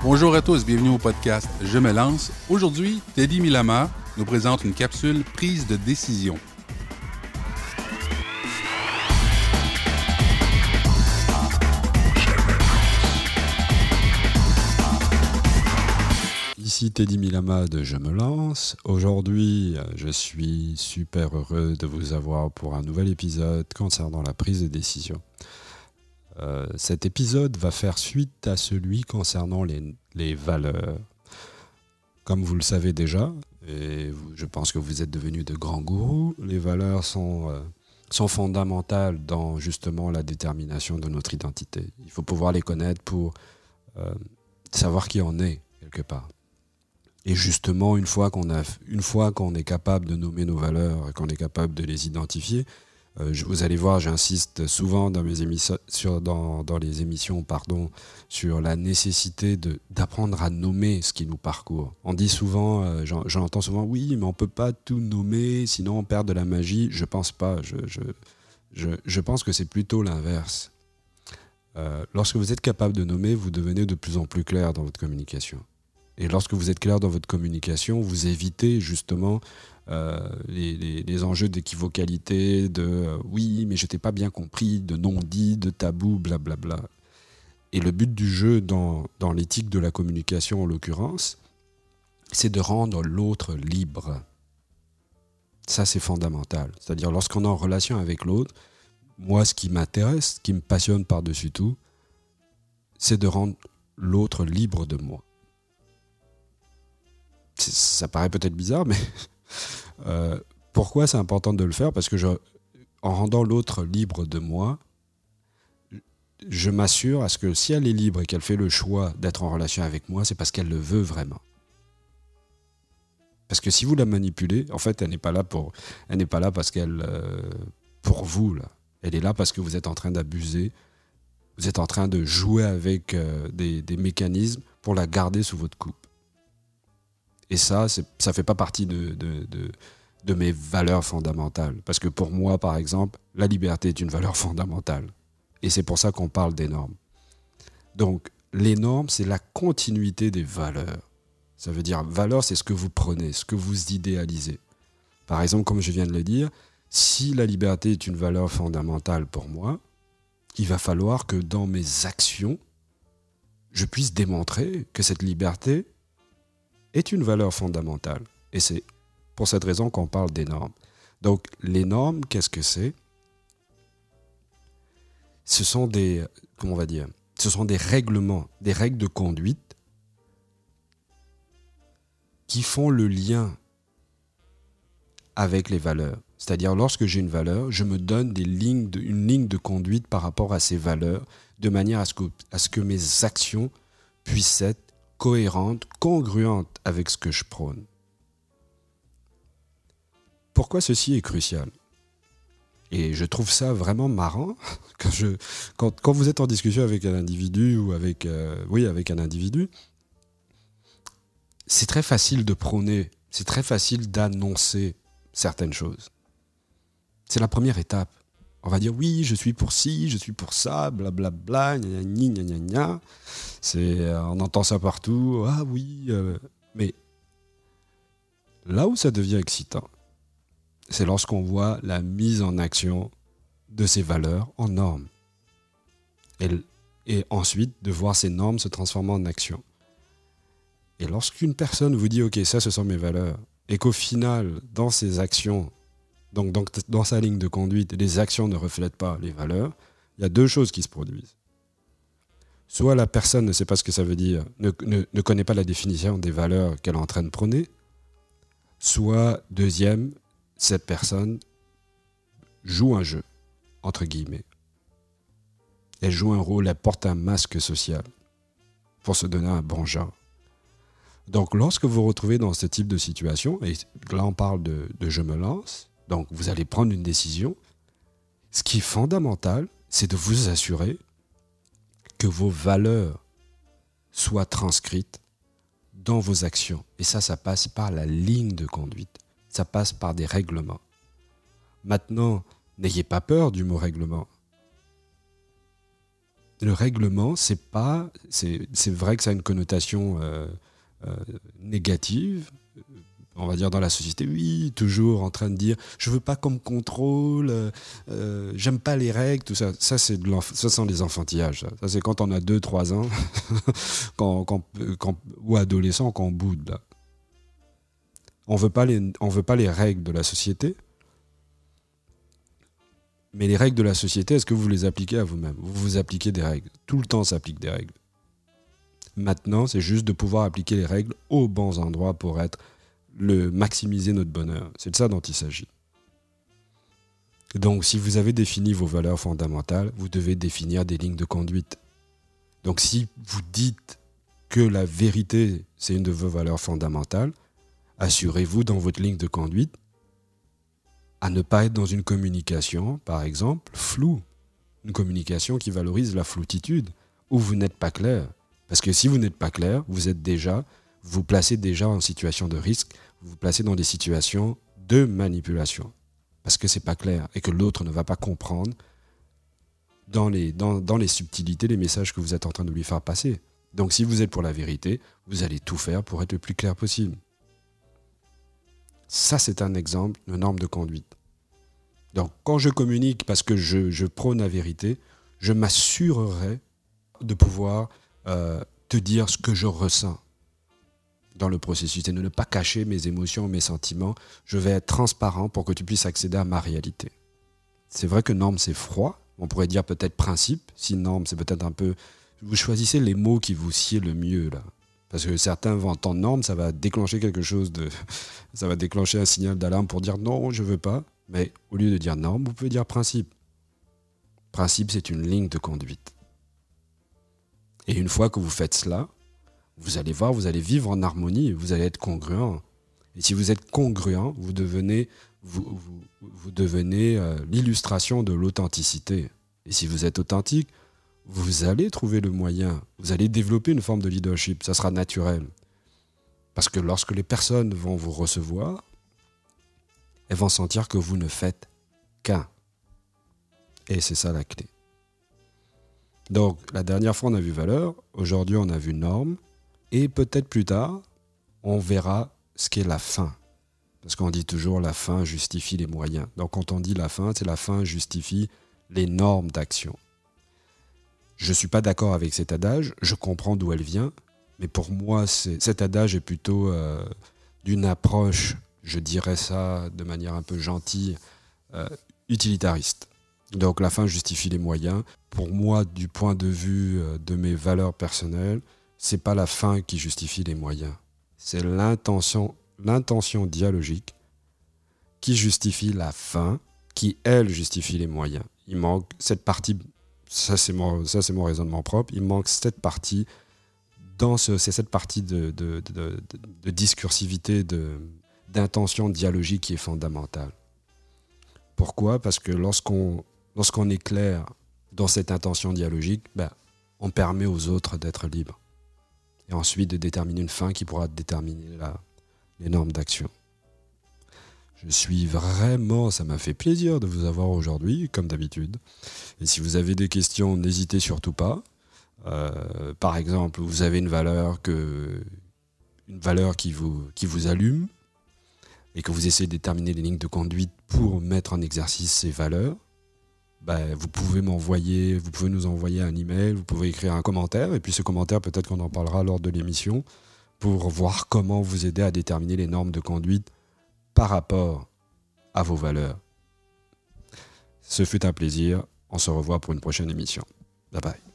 Bonjour à tous, bienvenue au podcast Je me lance. Aujourd'hui, Teddy Milama nous présente une capsule prise de décision. Ici Teddy Milama de Je me lance. Aujourd'hui, je suis super heureux de vous avoir pour un nouvel épisode concernant la prise de décision. Cet épisode va faire suite à celui concernant les valeurs. Comme vous le savez déjà, et je pense que vous êtes devenus de grands gourous, les valeurs sont fondamentales dans justement la détermination de notre identité. Il faut pouvoir les connaître pour savoir qui on est quelque part. Et justement, une fois qu'on est capable de nommer nos valeurs et qu'on est capable de les identifier, vous allez voir, j'insiste souvent dans mes émissions, dans les émissions, sur la nécessité d'apprendre à nommer ce qui nous parcourt. On dit souvent, j'entends souvent, oui, mais on peut pas tout nommer, sinon on perd de la magie. Je pense pas. Je pense que c'est plutôt l'inverse. Lorsque vous êtes capable de nommer, vous devenez de plus en plus clair dans votre communication. Et lorsque vous êtes clair dans votre communication, vous évitez justement les enjeux d'équivocalité, oui, mais je t'ai pas bien compris, de non-dit, de tabou, blablabla. Et le but du jeu dans l'éthique de la communication en l'occurrence, c'est de rendre l'autre libre. Ça, c'est fondamental. C'est-à-dire, lorsqu'on est en relation avec l'autre, moi, ce qui m'intéresse, ce qui me passionne par-dessus tout, c'est de rendre l'autre libre de moi. Ça paraît peut-être bizarre, mais pourquoi c'est important de le faire ? Parce que en rendant l'autre libre de moi, je m'assure à ce que si elle est libre et qu'elle fait le choix d'être en relation avec moi, c'est parce qu'elle le veut vraiment. Parce que si vous la manipulez, en fait, elle n'est pas là parce qu'elle pour vous là. Elle est là parce que vous êtes en train d'abuser, vous êtes en train de jouer avec des mécanismes pour la garder sous votre coupe. Et ça fait pas partie de mes valeurs fondamentales. Parce que pour moi, par exemple, la liberté est une valeur fondamentale. Et c'est pour ça qu'on parle des normes. Donc, les normes, c'est la continuité des valeurs. Ça veut dire, valeur, c'est ce que vous prenez, ce que vous idéalisez. Par exemple, comme je viens de le dire, si la liberté est une valeur fondamentale pour moi, il va falloir que dans mes actions, je puisse démontrer que cette liberté est une valeur fondamentale. Et c'est pour cette raison qu'on parle des normes. Donc, les normes, qu'est-ce que c'est ? Ce sont des règlements, des règles de conduite qui font le lien avec les valeurs. C'est-à-dire, lorsque j'ai une valeur, je me donne une ligne de conduite par rapport à ces valeurs, de manière à ce que mes actions puissent être cohérente, congruente avec ce que je prône. Pourquoi ceci est crucial ? Et je trouve ça vraiment marrant quand vous êtes en discussion avec un individu ou avec un individu, c'est très facile de prôner, c'est très facile d'annoncer certaines choses. C'est la première étape. On va dire oui, je suis pour ci, je suis pour ça, blablabla, gna gna gna gna. On entend ça partout. Ah oui, mais là où ça devient excitant, c'est lorsqu'on voit la mise en action de ces valeurs en normes. Et ensuite, de voir ces normes se transformer en action. Et lorsqu'une personne vous dit « Ok, ça, ce sont mes valeurs », et qu'au final, dans ses actions, donc dans sa ligne de conduite, les actions ne reflètent pas les valeurs, il y a deux choses qui se produisent. Soit la personne ne sait pas ce que ça veut dire, ne connaît pas la définition des valeurs qu'elle est en train de prôner, soit, deuxième, cette personne joue un jeu, entre guillemets. Elle joue un rôle, elle porte un masque social pour se donner un bon genre. Donc, lorsque vous vous retrouvez dans ce type de situation, et là on parle de je me lance, donc vous allez prendre une décision, ce qui est fondamental, c'est de vous assurer que vos valeurs soient transcrites dans vos actions. Et ça passe par la ligne de conduite. Ça passe par des règlements. Maintenant, n'ayez pas peur du mot règlement. le règlement, c'est vrai que ça a une connotation négative. On va dire dans la société, oui, toujours en train de dire je veux pas qu'on me contrôle, j'aime pas les règles, tout ça. Ça sont des enfantillages. Ça c'est quand on a 2-3 ans, ou adolescent, quand on boude. Là. On veut pas les règles de la société, mais les règles de la société, est-ce que vous les appliquez à vous-même ? Vous appliquez des règles. Tout le temps s'applique des règles. Maintenant, c'est juste de pouvoir appliquer les règles aux bons endroits pour maximiser notre bonheur. C'est de ça dont il s'agit. Donc, si vous avez défini vos valeurs fondamentales, vous devez définir des lignes de conduite. Donc, si vous dites que la vérité, c'est une de vos valeurs fondamentales, assurez-vous dans votre ligne de conduite à ne pas être dans une communication, par exemple, floue. Une communication qui valorise la floutitude, où vous n'êtes pas clair. Parce que si vous n'êtes pas clair, vous placez déjà en situation de risque, vous vous placez dans des situations de manipulation. Parce que c'est pas clair et que l'autre ne va pas comprendre dans les subtilités les messages que vous êtes en train de lui faire passer. Donc si vous êtes pour la vérité, vous allez tout faire pour être le plus clair possible. Ça, c'est un exemple de norme de conduite. Donc quand je communique parce que je prône la vérité, je m'assurerai de pouvoir te dire ce que je ressens dans le processus et de ne pas cacher mes émotions, mes sentiments. Je vais être transparent pour que tu puisses accéder à ma réalité. C'est vrai que norme, c'est froid. On pourrait dire peut-être principe. Si norme, c'est peut-être un peu... Vous choisissez les mots qui vous sied le mieux, là. Parce que certains vont entendre norme, ça va déclencher quelque chose de... Ça va déclencher un signal d'alarme pour dire non, je veux pas. Mais au lieu de dire norme, vous pouvez dire principe. Principe, c'est une ligne de conduite. Et une fois que vous faites cela, vous allez voir, vous allez vivre en harmonie, vous allez être congruent. Et si vous êtes congruent, vous devenez l'illustration de l'authenticité. Et si vous êtes authentique, vous allez trouver le moyen, vous allez développer une forme de leadership, ça sera naturel. Parce que lorsque les personnes vont vous recevoir, elles vont sentir que vous ne faites qu'un. Et c'est ça la clé. Donc, la dernière fois, on a vu valeur. Aujourd'hui, on a vu norme. Et peut-être plus tard, on verra ce qu'est la fin. Parce qu'on dit toujours la fin justifie les moyens. Donc, quand on dit la fin, c'est la fin justifie les normes d'action. Je ne suis pas d'accord avec cet adage. Je comprends d'où elle vient. Mais pour moi, cet adage est plutôt d'une approche, je dirais ça de manière un peu gentille, utilitariste. Donc la fin justifie les moyens. Pour moi, du point de vue de mes valeurs personnelles, c'est pas la fin qui justifie les moyens. C'est l'intention dialogique qui justifie la fin, qui elle justifie les moyens. Il manque cette partie, ça c'est mon raisonnement propre. Il manque cette partie c'est cette partie de discursivité, d'intention dialogique qui est fondamentale. Pourquoi ? Parce que lorsqu'on est clair dans cette intention dialogique, on permet aux autres d'être libres. Et ensuite de déterminer une fin qui pourra déterminer les normes d'action. Ça m'a fait plaisir de vous avoir aujourd'hui, comme d'habitude. Et si vous avez des questions, n'hésitez surtout pas. Par exemple, vous avez une valeur qui vous allume et que vous essayez de déterminer les lignes de conduite pour mettre en exercice ces valeurs. Vous pouvez nous envoyer un email, vous pouvez écrire un commentaire, et puis ce commentaire, peut-être qu'on en parlera lors de l'émission, pour voir comment vous aider à déterminer les normes de conduite par rapport à vos valeurs. Ce fut un plaisir, on se revoit pour une prochaine émission. Bye bye.